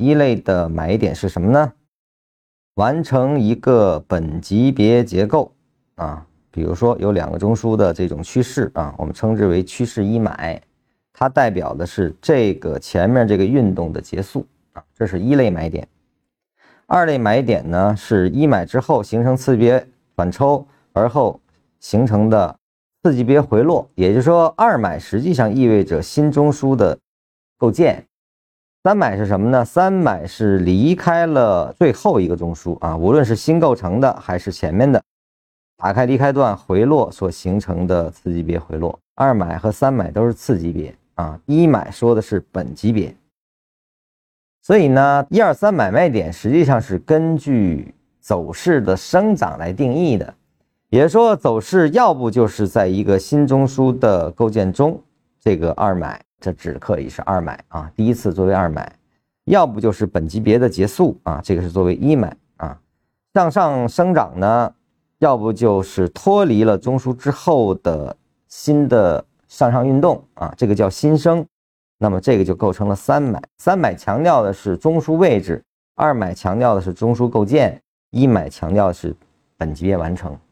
一类的买点是什么呢？完成一个本级别结构啊，比如说有2个中枢的这种趋势啊，我们称之为趋势一买，它代表的是这个前面这个运动的结束啊，这是一类买点。二类买点呢，是一买之后形成次级别反抽，而后形成的次级别回落，也就是说二买实际上意味着新中枢的构建。三买是什么呢？三买是离开了最后一个中枢啊，无论是新构成的还是前面的打开离开段回落所形成的次级别回落。二买和三买都是次级别啊，一买说的是本级别。所以呢，1、2、3买卖点实际上是根据走势的生长来定义的，也就是说走势要不就是在一个新中枢的构建中，这个二买。这只可以是二买啊，第一次作为二买，要不就是本级别的结束啊，这个是作为一买啊。向上生长呢，要不就是脱离了中枢之后的新的向上运动啊，这个叫新生，那么这个就构成了三买。三买强调的是中枢位置，二买强调的是中枢构建，一买强调的是本级别完成。